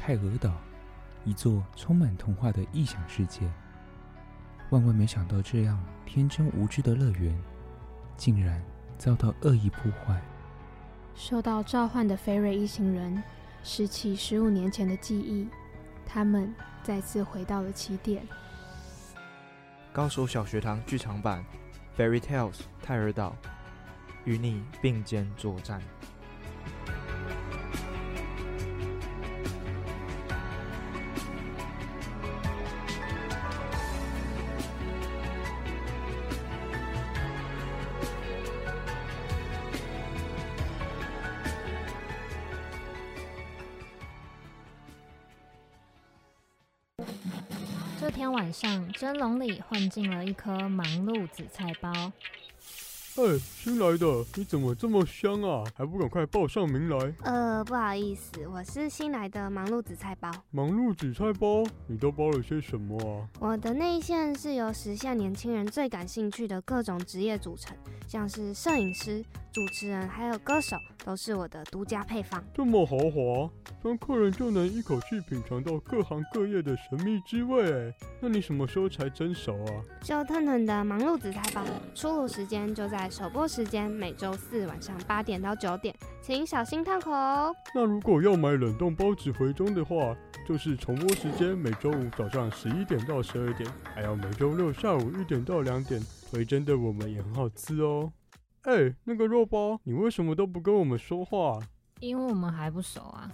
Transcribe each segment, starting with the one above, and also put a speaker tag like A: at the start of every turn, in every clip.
A: 泰俄岛，一座充满童话的异想世界。万万没想到，这样天真无知的乐园，竟然遭到恶意破坏。
B: 受到召唤的菲瑞一行人拾起15年前的记忆，他们再次回到了起点。
C: 高手小学堂剧场版 Fairy Tales 泰尔岛，与你并肩作战。
D: 这天晚上，蒸笼里混进了一颗忙碌紫菜包。
E: 新来的，你怎么这么香啊？还不赶快报上名来？
F: 不好意思，我是新来的忙碌紫菜包。
E: 忙碌紫菜包，你都包了些什么啊？
F: 我的内线是由时下年轻人最感兴趣的各种职业组成，像是摄影师、主持人还有歌手，都是我的独家配方。
E: 这么豪华，让客人就能一口气品尝到各行各业的神秘滋味。那你什么时候才蒸熟啊？
F: 就腾腾的忙碌紫菜包，出炉时间就在首播时间，每周4晚上8点到9点，请小心烫口哦。
E: 那如果要买冷冻包子回中的话，就是重播时间每周5早上11点到12点，还有每周6下午1点到2点，回蒸的我们也很好吃哦。那个肉包，你为什么都不跟我们说话？
D: 因为我们还不熟啊。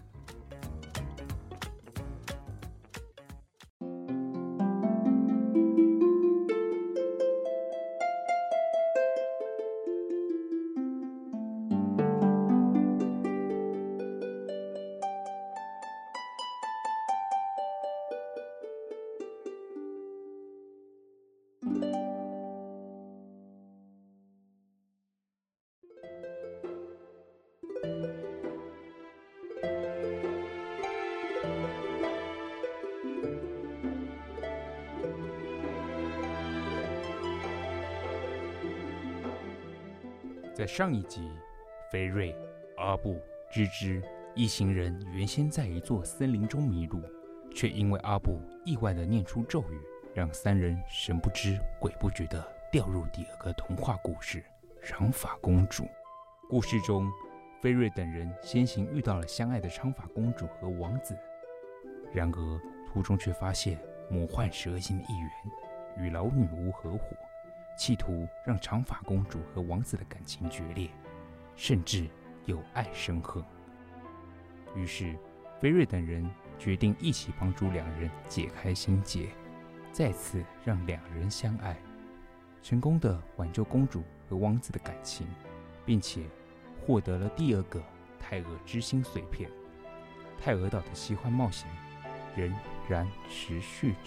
A: 在上一集，菲瑞、阿布、芝芝一行人原先在一座森林中迷路，却因为阿布意外地念出咒语，让3人神不知鬼不觉地掉入第2个童话故事——长发公主。故事中，菲瑞等人先行遇到了相爱的长发公主和王子，然而途中却发现魔幻蛇形的一员与老女巫合伙，企图让长发公主和王子的感情决裂，甚至有爱生恨。于是菲瑞等人决定一起帮助2人解开心结，再次让2人相爱，成功的挽救公主和王子的感情，并且获得了第2个泰俄之心碎片。泰俄岛的奇幻冒险仍然持续着。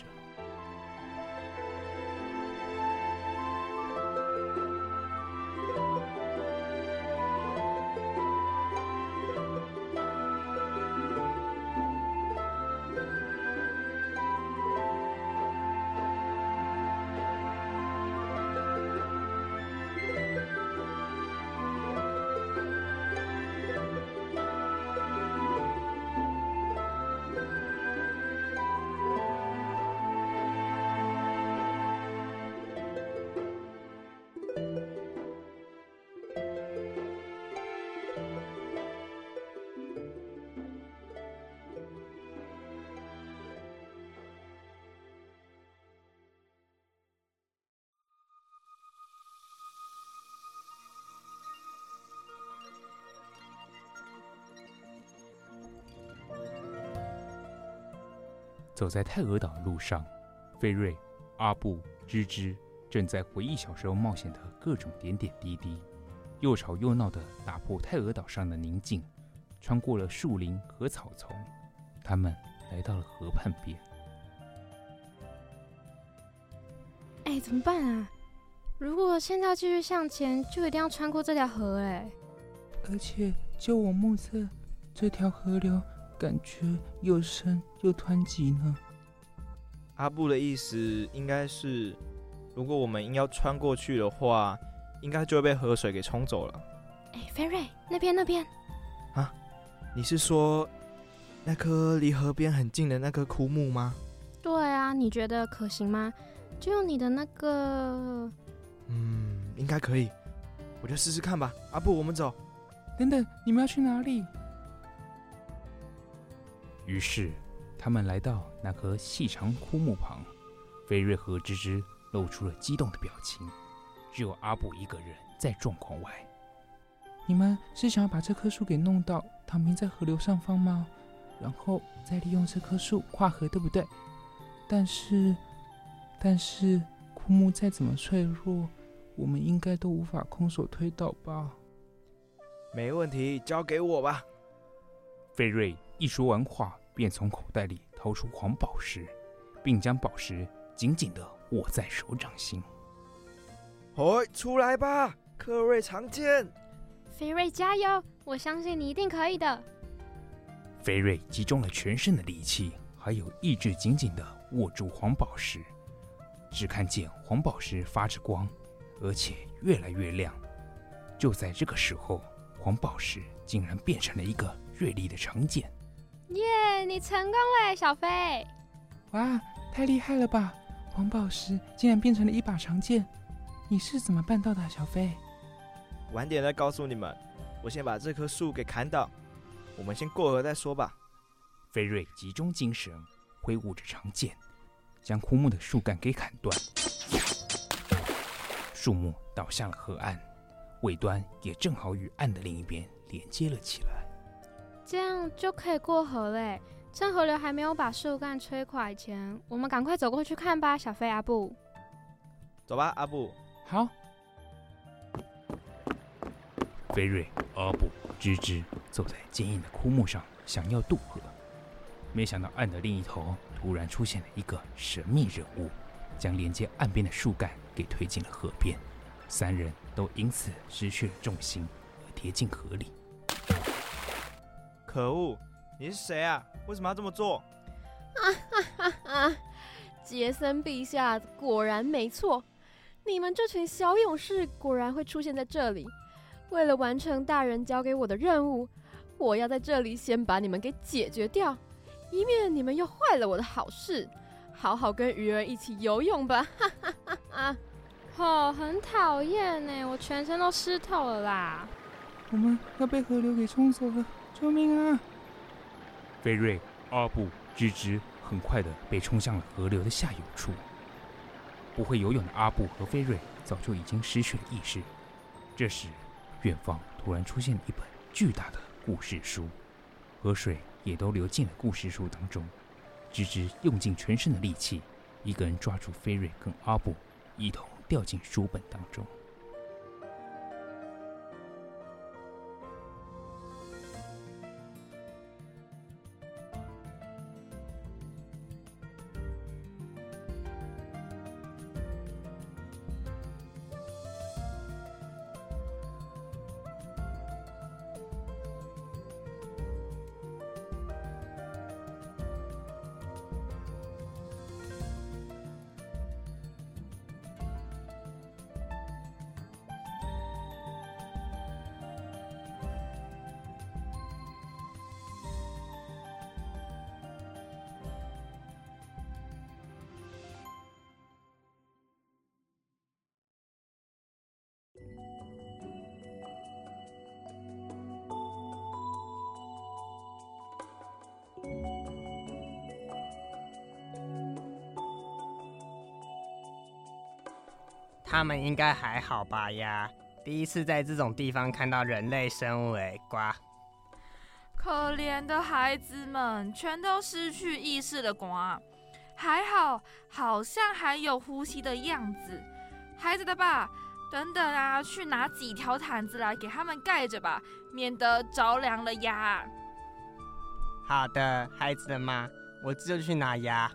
A: 走在泰俄岛的路上，菲瑞、阿布、芝芝正在回忆小时候冒险的各种点点滴滴，又吵又闹地打破泰俄岛上的宁静，穿过了树林和草丛，他们来到了河畔边。
B: 怎么办啊？如果现在要继续向前，就一定要穿过这条河
A: 而且就我目测，这条河流感觉又深又湍急呢。
C: 阿布的意思应该是，如果我们硬要穿过去的话，应该就会被河水给冲走了。
B: 菲瑞，那边
C: 啊？你是说那棵离河边很近的那棵枯木吗？
B: 对啊，你觉得可行吗？就用你的那个……
C: 应该可以，我就试试看吧。阿布，我们走。
A: 等等，你们要去哪里？于是他们来到那棵细长枯木旁，菲瑞和芝芝露出了激动的表情，只有阿布一个人在状况外。你们是想要把这棵树给弄倒，躺平在河流上方吗？然后再利用这棵树跨河，对不对？但是枯木再怎么脆弱，我们应该都无法空手推倒吧？
C: 没问题，交给我吧。
A: 菲瑞一说完话，便从口袋里掏出黄宝石，并将宝石紧紧地握在手掌心。
C: 出来吧，克瑞常见。
B: 菲瑞加油，我相信你一定可以的。
A: 菲瑞集中了全身的力气，还有意志，紧紧地握住黄宝石。只看见黄宝石发着光，而且越来越亮。就在这个时候，黄宝石竟然变成了一个锐利的长剑。
B: 耶，你成功了，小飞！
A: 哇，太厉害了吧！黄宝石竟然变成了一把长剑，你是怎么办到的，小飞？
C: 晚点再告诉你们。我先把这棵树给砍倒，我们先过河再说吧。
A: 菲瑞集中精神，挥舞着长剑，将枯木的树干给砍断，树木倒向了河岸，尾端也正好与岸的另一边连接了起来。
B: 这样就可以过河嘞！趁河流还没有把树干吹垮以前，我们赶快走过去看吧，小飞、阿布。
C: 走吧，阿布。
A: 好。菲瑞、阿布、芝芝走在坚硬的枯木上，想要渡河。没想到岸的另一头突然出现了一个神秘人物，将连接岸边的树干给推进了河边，三人都因此失去了重心而跌进河里。
C: 可恶，你是谁啊？为什么要这么做？
G: 杰森陛下果然没错，你们这群小勇士果然会出现在这里。为了完成大人交给我的任务，我要在这里先把你们给解决掉，以免你们又坏了我的好事。好好跟鱼儿一起游泳吧！
B: 很讨厌呢，我全身都湿透了啦！
A: 我们要被河流给冲走了，救命啊！菲瑞、阿布、芝芝很快的被冲向了河流的下游处。不会游泳的阿布和菲瑞早就已经失去了意识。这时，远方突然出现了一本巨大的故事书，河水也都流进了故事书当中。芝芝用尽全身的力气，一个人抓住菲瑞跟阿布，一同掉进书本当中。
H: 他们应该还好吧呀？第一次在这种地方看到人类生物呱！
I: 可怜的孩子们，全都失去意识了呱！还好，好像还有呼吸的样子。孩子的爸，等等啊，去拿几条毯子来给他们盖着吧，免得着凉了呀。
H: 好的，孩子的妈，我就去拿呀。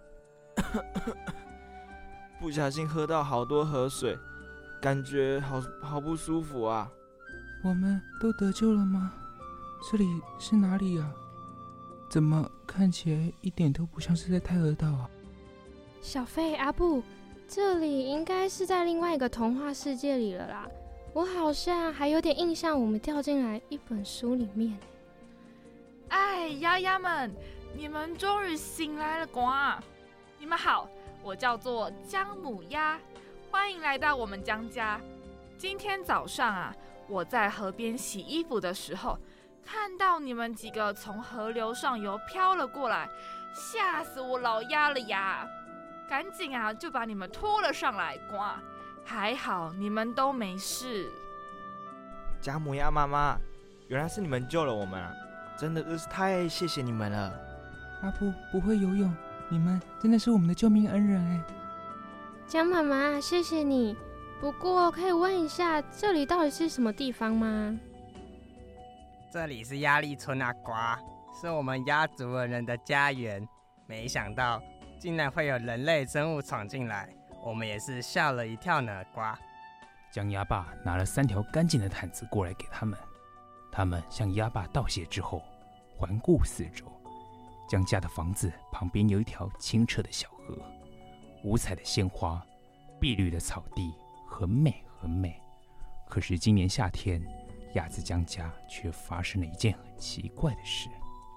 C: 不小心喝到好多河水，感觉好不舒服啊！
A: 我们都得救了吗？这里是哪里啊？怎么看起来一点都不像是在太和岛啊？
B: 小飞、阿布，这里应该是在另外一个童话世界里了啦。我好像还有点印象，我们掉进来一本书里面。
I: 哎，丫丫们，你们终于醒来了呱！你们好，我叫做姜母鸭，欢迎来到我们姜家。今天早上啊，我在河边洗衣服的时候，看到你们几个从河流上游飘了过来，吓死我老鸭了呀！赶紧啊，就把你们拖了上来呱！还好你们都没事。
C: 姜母鸭妈妈，原来是你们救了我们啊！真的是太谢谢你们了。
A: 阿布不会游泳，你们真的是我们的救命恩人哎！
B: 姜妈妈，谢谢你。不过可以问一下，这里到底是什么地方吗？
H: 这里是鸭栗村啊，呱，是我们鸭族人的家园。没想到竟然会有人类生物闯进来，我们也是吓了一跳呢，呱。
A: 姜鸭爸拿了3条干净的毯子过来给他们，他们向鸭爸道谢之后，环顾四周。姜家的房子旁边有一条清澈的小河，五彩的鲜花，碧绿的草地，很美很美。可是今年夏天，鸭子姜家却发生了一件很奇怪的事。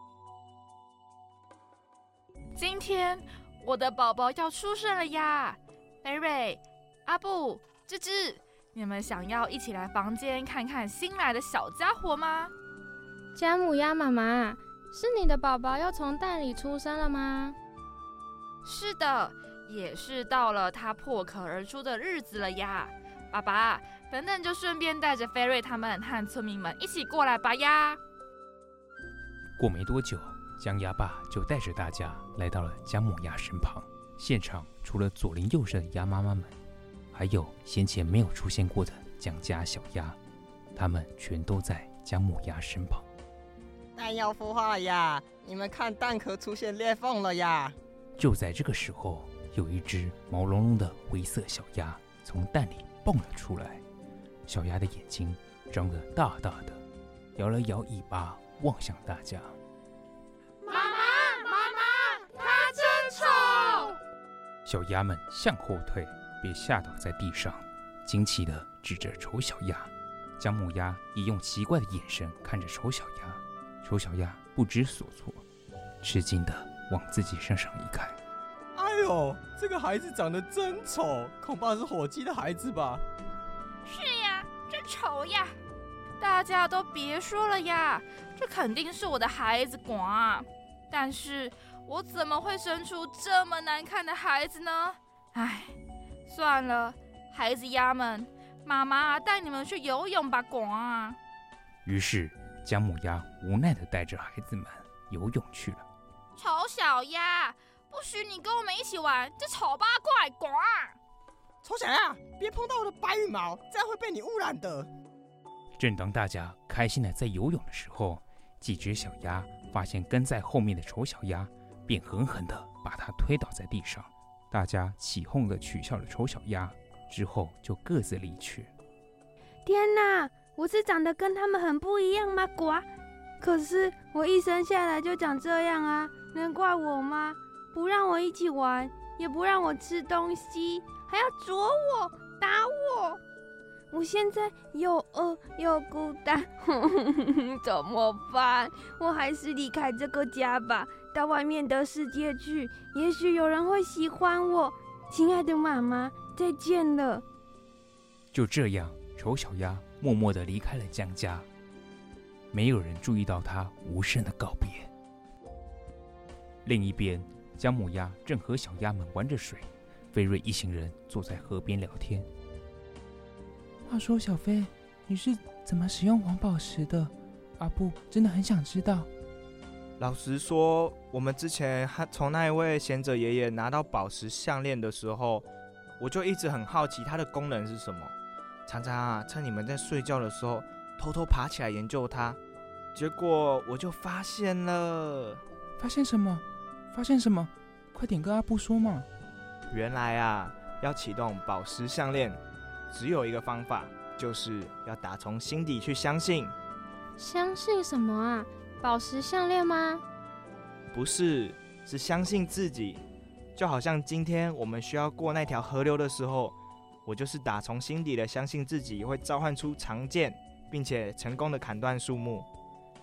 I: 今天我的宝宝要出生了呀！菲瑞、阿布、芝芝，你们想要一起来房间看看新来的小家伙吗？
B: 姜母鸭妈妈，是你的宝宝要从蛋里出生了吗？
I: 是的，也是到了他破壳而出的日子了呀！爸爸，等等就顺便带着菲瑞他们和村民们一起过来吧呀！
A: 过没多久，姜鸭爸就带着大家来到了姜母鸭身旁。现场除了左邻右舍的鸭妈妈们，还有先前没有出现过的姜家小鸭，他们全都在姜母鸭身旁。
H: 蛋要孵化了呀！你们看，蛋壳出现裂缝了呀！
A: 就在这个时候，有一只毛茸茸的灰色小鸭从蛋里蹦了出来。小鸭的眼睛张得大大的，摇了摇尾巴望向大家。
I: 妈妈，它真丑！
A: 小鸭们向后退，被吓倒在地上，惊奇地指着丑小鸭。姜母鸭也用奇怪的眼神看着丑小鸭，丑小鸭不知所措，吃惊地往自己身上一看。
J: 哎呦，这个孩子长得真丑，恐怕是火鸡的孩子吧？
I: 是呀，真丑呀！大家都别说了呀，这肯定是我的孩子呱。但是我怎么会生出这么难看的孩子呢？唉，算了，孩子鸭们，妈妈带你们去游泳吧，呱。
A: 于是姜母鸭无奈地带着孩子们游泳去了。
I: 丑小鸭，不许你跟我们一起玩，这丑八怪，呱！
J: 丑小鸭，别碰到我的白羽毛，这样会被你污染的。
A: 正当大家开心地在游泳的时候，几只小鸭发现跟在后面的丑小鸭，便狠狠地把它推倒在地上。大家起哄地取笑了丑小鸭，之后就各自离去。
F: 天哪，我是长得跟他们很不一样吗？呱！可是我一生下来就长这样啊，能怪我吗？不让我一起玩，也不让我吃东西，还要啄我、打我。我现在又饿又孤单，怎么办？我还是离开这个家吧，到外面的世界去，也许有人会喜欢我。亲爱的妈妈，再见了。
A: 就这样，丑小鸭默默地离开了姜家，没有人注意到他无声的告别。另一边，姜母鸭正和小鸭们玩着水，菲瑞一行人坐在河边聊天。
K: 话说小飞，你是怎么使用黄宝石的？阿布真的很想知道。
C: 老实说，我们之前从那一位贤者爷爷拿到宝石项链的时候，我就一直很好奇它的功能是什么，常常趁你们在睡觉的时候偷偷爬起来研究它，结果我就发现了。
K: 发现什么？发现什么？快点跟阿布说嘛。
C: 原来啊，要启动宝石项链只有一个方法，就是要打从心底去相信。
B: 相信什么啊？宝石项链吗？
C: 不是，是相信自己。就好像今天我们需要过那条河流的时候，我就是打从心底的相信自己会召唤出长剑，并且成功的砍断树木。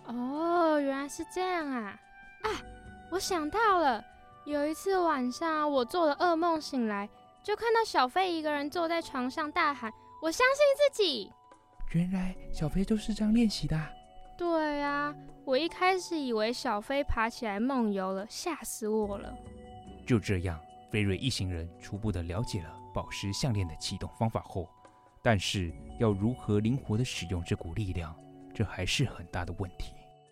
B: 哦，原来是这样啊！啊，我想到了，有一次晚上我做了噩梦醒来，就看到小飞一个人坐在床上大喊：“我相信自己！”
K: 原来小飞就是这样练习的啊。
B: 对啊，我一开始以为小飞爬起来梦游了，吓死我了。
A: 就这样，菲瑞一行人初步的了解了宝石项链的启动方法后，但是要如何灵活的使用这股力量，这还是很大的问题。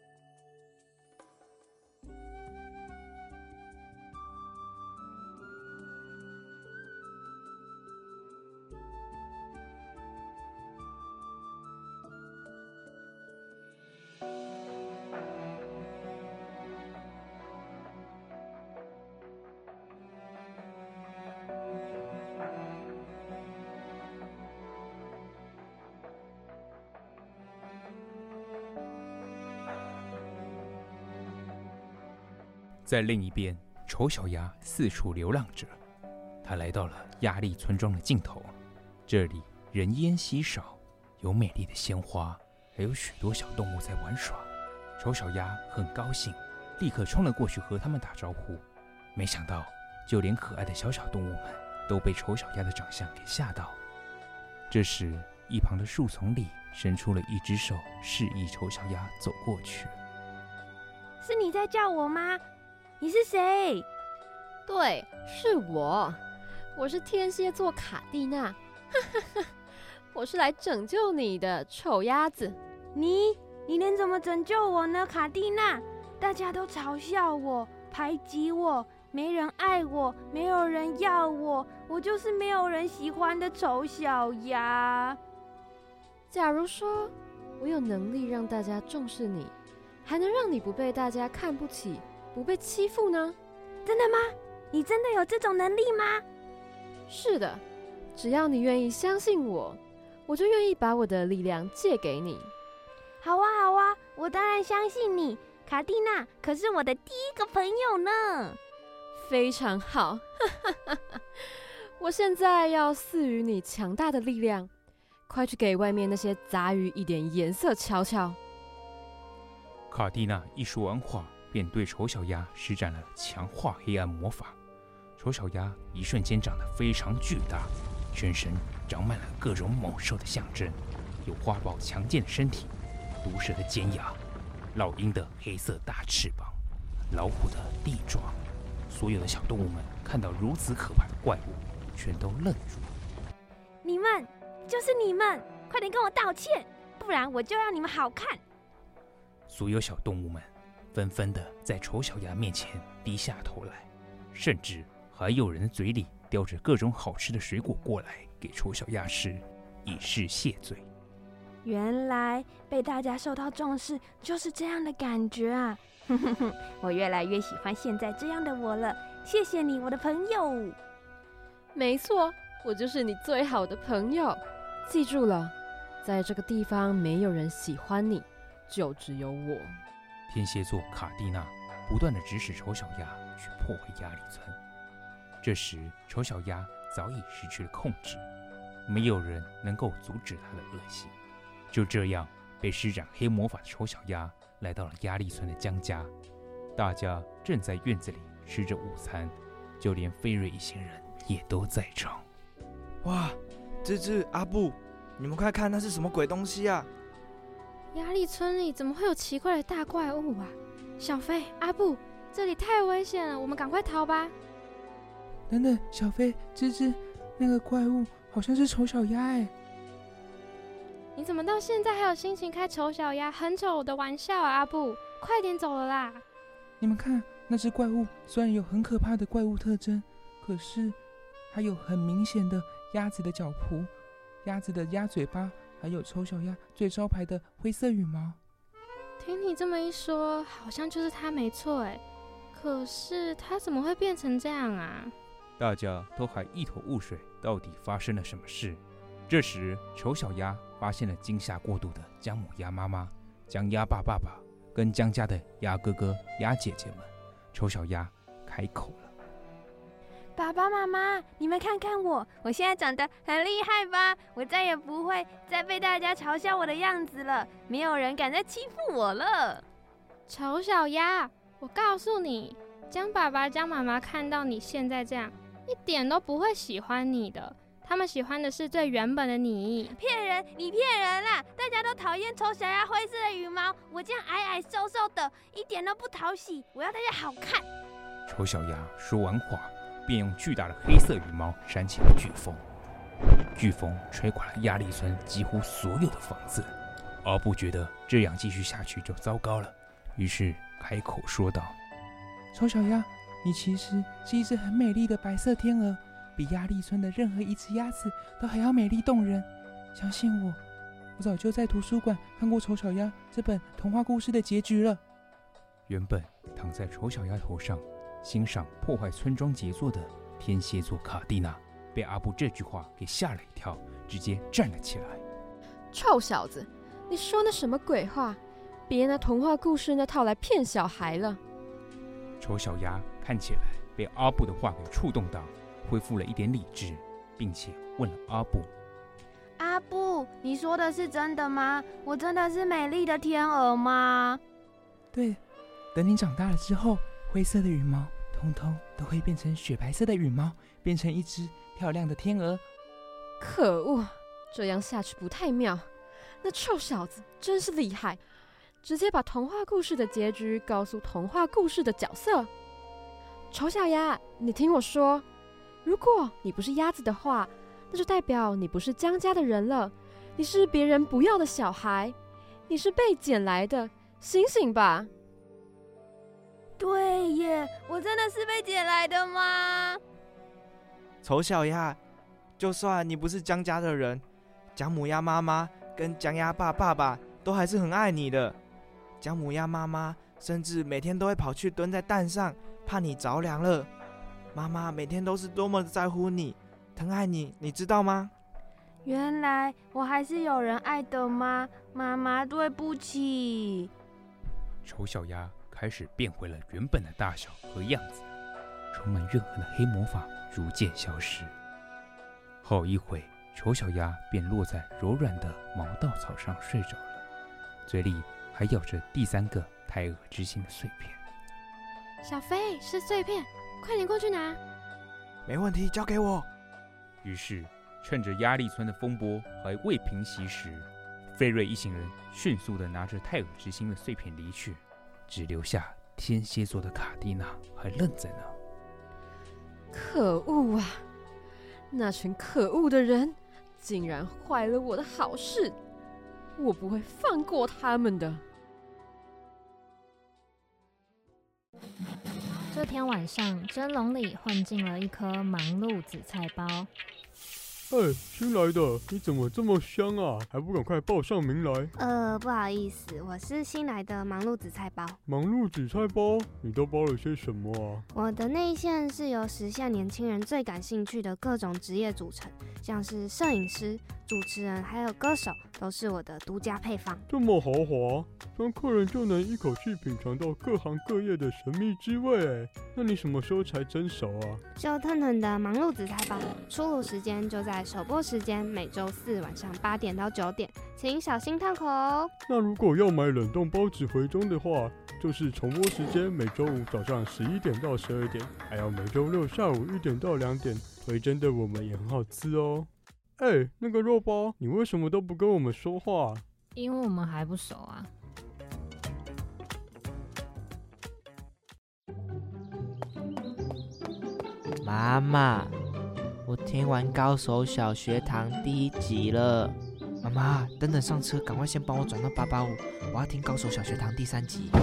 A: 在另一边，丑小鸭四处流浪着。它来到了压力村庄的尽头，这里人烟稀少，有美丽的鲜花，还有许多小动物在玩耍。丑小鸭很高兴，立刻冲了过去和他们打招呼。没想到，就连可爱的小动物们都被丑小鸭的长相给吓到。这时，一旁的树丛里伸出了一只手，示意丑小鸭走过去。
F: 是你在叫我吗？你是谁？
G: 对，是我，我是天蝎座卡蒂娜，我是来拯救你的，丑鸭子。
F: 你能怎么拯救我呢，卡蒂娜？大家都嘲笑我，排挤我，没人爱我，没有人要我，我就是没有人喜欢的丑小鸭。
G: 假如说我有能力让大家重视你，还能让你不被大家看不起，不被欺负呢？
F: 真的吗？你真的有这种能力吗？
G: 是的，只要你愿意相信我，我就愿意把我的力量借给你。
F: 好啊，好啊，我当然相信你。卡蒂娜可是我的第一个朋友呢。
G: 非常好，我现在要赐予你强大的力量，快去给外面那些杂鱼一点颜色瞧瞧。
A: 卡蒂娜一说完话，便对丑小鸭施展了强化黑暗魔法。丑小鸭一瞬间长得非常巨大，全身长满了各种猛兽的象征，有花豹强健的身体，毒蛇的尖牙，老鹰的黑色大翅膀，老虎的利爪。所有的小动物们看到如此可怕的怪物，全都愣住。
F: 你们，就是你们，快点跟我道歉，不然我就让你们好看。
A: 所有小动物们纷纷的在丑小鸭面前低下头来，甚至还有人嘴里叼着各种好吃的水果过来给丑小鸭吃，以示谢罪。
F: 原来被大家受到重视就是这样的感觉啊！我越来越喜欢现在这样的我了，谢谢你，我的朋友。
G: 没错，我就是你最好的朋友。记住了，在这个地方没有人喜欢你，就只有我。
A: 天蝎座卡蒂娜不断地指使丑小鸭去破坏压力村。这时，丑小鸭早已失去了控制，没有人能够阻止它的恶行。就这样，被施展黑魔法的丑小鸭来到了压力村的江家。大家正在院子里吃着午餐，就连菲瑞一行人也都在场。
C: 哇，芝芝、阿布，你们快看，那是什么鬼东西啊？
B: 压力村里怎么会有奇怪的大怪物啊？小飞、阿布，这里太危险了，我们赶快逃吧！
K: 等等，小飞、芝芝，那个怪物好像是丑小鸭哎！
B: 你怎么到现在还有心情开丑小鸭很丑的玩笑啊？阿布，快点走了啦！
K: 你们看，那只怪物虽然有很可怕的怪物特征，可是还有很明显的鸭子的脚蹼、鸭子的鸭嘴巴，还有丑小鸭最招牌的灰色羽毛。
B: 听你这么一说，好像就是它没错哎。可是它怎么会变成这样啊？
A: 大家都还一头雾水，到底发生了什么事？这时，丑小鸭发现了惊吓过度的姜母鸭妈妈、姜鸭爸爸爸跟姜家的鸭哥哥、鸭姐姐们。丑小鸭开口了：“
F: 爸爸妈妈，你们看看我现在长得很厉害吧？我再也不会再被大家嘲笑我的样子了，没有人敢再欺负我了。
B: 丑小鸭，我告诉你，江爸爸、江妈妈看到你现在这样，一点都不会喜欢你的。他们喜欢的是最原本的你。
F: 骗人！你骗人啦！大家都讨厌丑小鸭灰色的羽毛，我这样矮矮瘦瘦的，一点都不讨喜。我要大家好看。
A: 丑小鸭说完话，便用巨大的黑色羽毛扇起了飓风。飓风吹垮了鸭栗村几乎所有的房子。阿布觉得这样继续下去就糟糕了，于是开口说道：
K: 丑小鸭，你其实是一只很美丽的白色天鹅，比鸭栗村的任何一只鸭子都还要美丽动人。相信我，我早就在图书馆看过《丑小鸭》这本童话故事的结局了。
A: 原本躺在丑小鸭头上欣赏破坏村庄杰作的天蝎座卡蒂娜，被阿布这句话给吓了一跳，直接站了起来。
G: 臭小子，你说那什么鬼话？别拿童话故事那套来骗小孩了。
A: 丑小鸭看起来被阿布的话给触动到，恢复了一点理智，并且问了阿布：
F: 阿布，你说的是真的吗？我真的是美丽的天鹅吗？
K: 对，等你长大了之后，灰色的羽毛通通都会变成雪白色的羽毛，变成一只漂亮的天鹅。
G: 可恶，这样下去不太妙。那臭小子真是厉害，直接把童话故事的结局告诉童话故事的角色。丑小鸭，你听我说，如果你不是鸭子的话，那就代表你不是江家的人了，你是别人不要的小孩，你是被捡来的，醒醒吧！
F: 对耶，我真的是被捡来的吗？
C: 丑小鸭，就算你不是江家的人，姜母鸭妈妈跟姜鸭爸爸都还是很爱你的。姜母鸭妈妈甚至每天都会跑去蹲在蛋上，怕你着凉了。妈妈每天都是多么在乎你，疼爱你，你知道吗？
F: 原来我还是有人爱的吗？妈妈，对不起。
A: 丑小鸭开始变回了原本的大小和样子，充满怨恨的黑魔法逐渐消失。后一会，丑小鸭便落在柔软的毛稻草上睡着了，嘴里还咬着第3个胎儿之心的碎片。
B: 小飞，是碎片，快点过去拿。
C: 没问题，交给我。
A: 于是，趁着鸭栗村的风波还未平息时，菲瑞一行人迅速地拿着泰尔之心的碎片离去，只留下天蝎座的卡蒂娜还愣在那。
G: 可恶啊！那群可恶的人竟然坏了我的好事，我不会放过他们的。
D: 这天晚上，蒸笼里混进了一颗忙碌紫菜包。
E: 新来的，你怎么这么香啊？还不赶快报上名来？
F: 不好意思，我是新来的忙碌紫菜包。
E: 忙碌紫菜包，你都包了些什么啊？
F: 我的内馅是由时下年轻人最感兴趣的各种职业组成，像是摄影师、主持人还有歌手，都是我的独家配方。
E: 这么豪华，让客人就能一口气品尝到各行各业的神秘滋味。那你什么时候才蒸熟啊？
F: 热腾腾的忙碌紫菜包，出炉时间就在首播时间，每周4晚上8点到9点，请小心烫口哦。
E: 那如果要买冷冻包子回中的话，就是重播时间每周5早上11点到12点，还有每周6下午1点到2点，回蒸的我们也很好吃哦。那个肉包，你为什么都不跟我们说话？
D: 因为我们还不熟啊。
L: 妈妈，我听完《高手小学堂》第1集了。妈妈，等上车，赶快先帮我转到885，我要听《高手小学堂》第3集。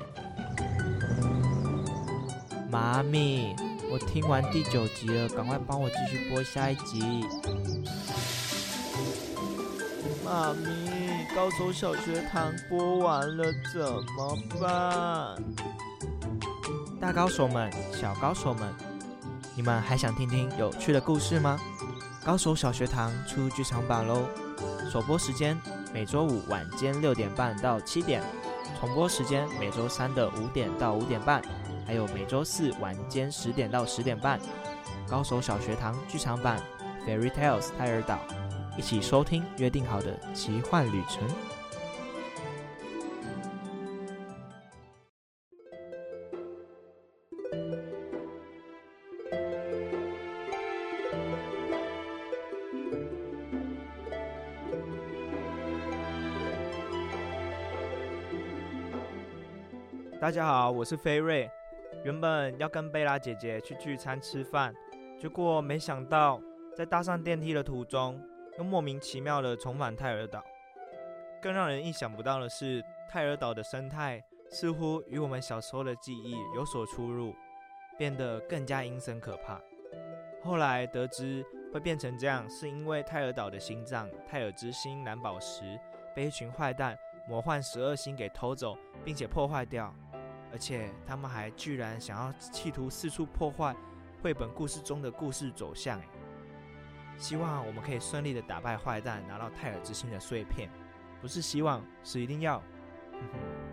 L: 妈咪，我听完第9集了，赶快帮我继续播下一集。妈咪，《高手小学堂》播完了怎么办？
C: 大高手们，小高手们，你们还想听听有趣的故事吗？高手小学堂出剧场版喽！首播时间每周5晚间6点半到7点，重播时间每周3的5点到5点半，还有每周4晚间10点到10点半。
L: 高手小学堂剧场版 Fairy Tales 泰尔岛，一起收听约定好的奇幻旅程。
C: 大家好，我是菲瑞。原本要跟贝拉姐姐去聚餐吃饭，结果没想到在搭上电梯的途中，又莫名其妙的重返泰尔岛。更让人意想不到的是，泰尔岛的生态似乎与我们小时候的记忆有所出入，变得更加阴森可怕。后来得知会变成这样，是因为泰尔岛的心脏泰尔之心蓝宝石被一群坏蛋魔幻12星给偷走，并且破坏掉。而且他们还居然想要企图四处破坏绘本故事中的故事走向。希望我们可以顺利的打败坏蛋，拿到泰尔之心的碎片。不是希望，是一定要。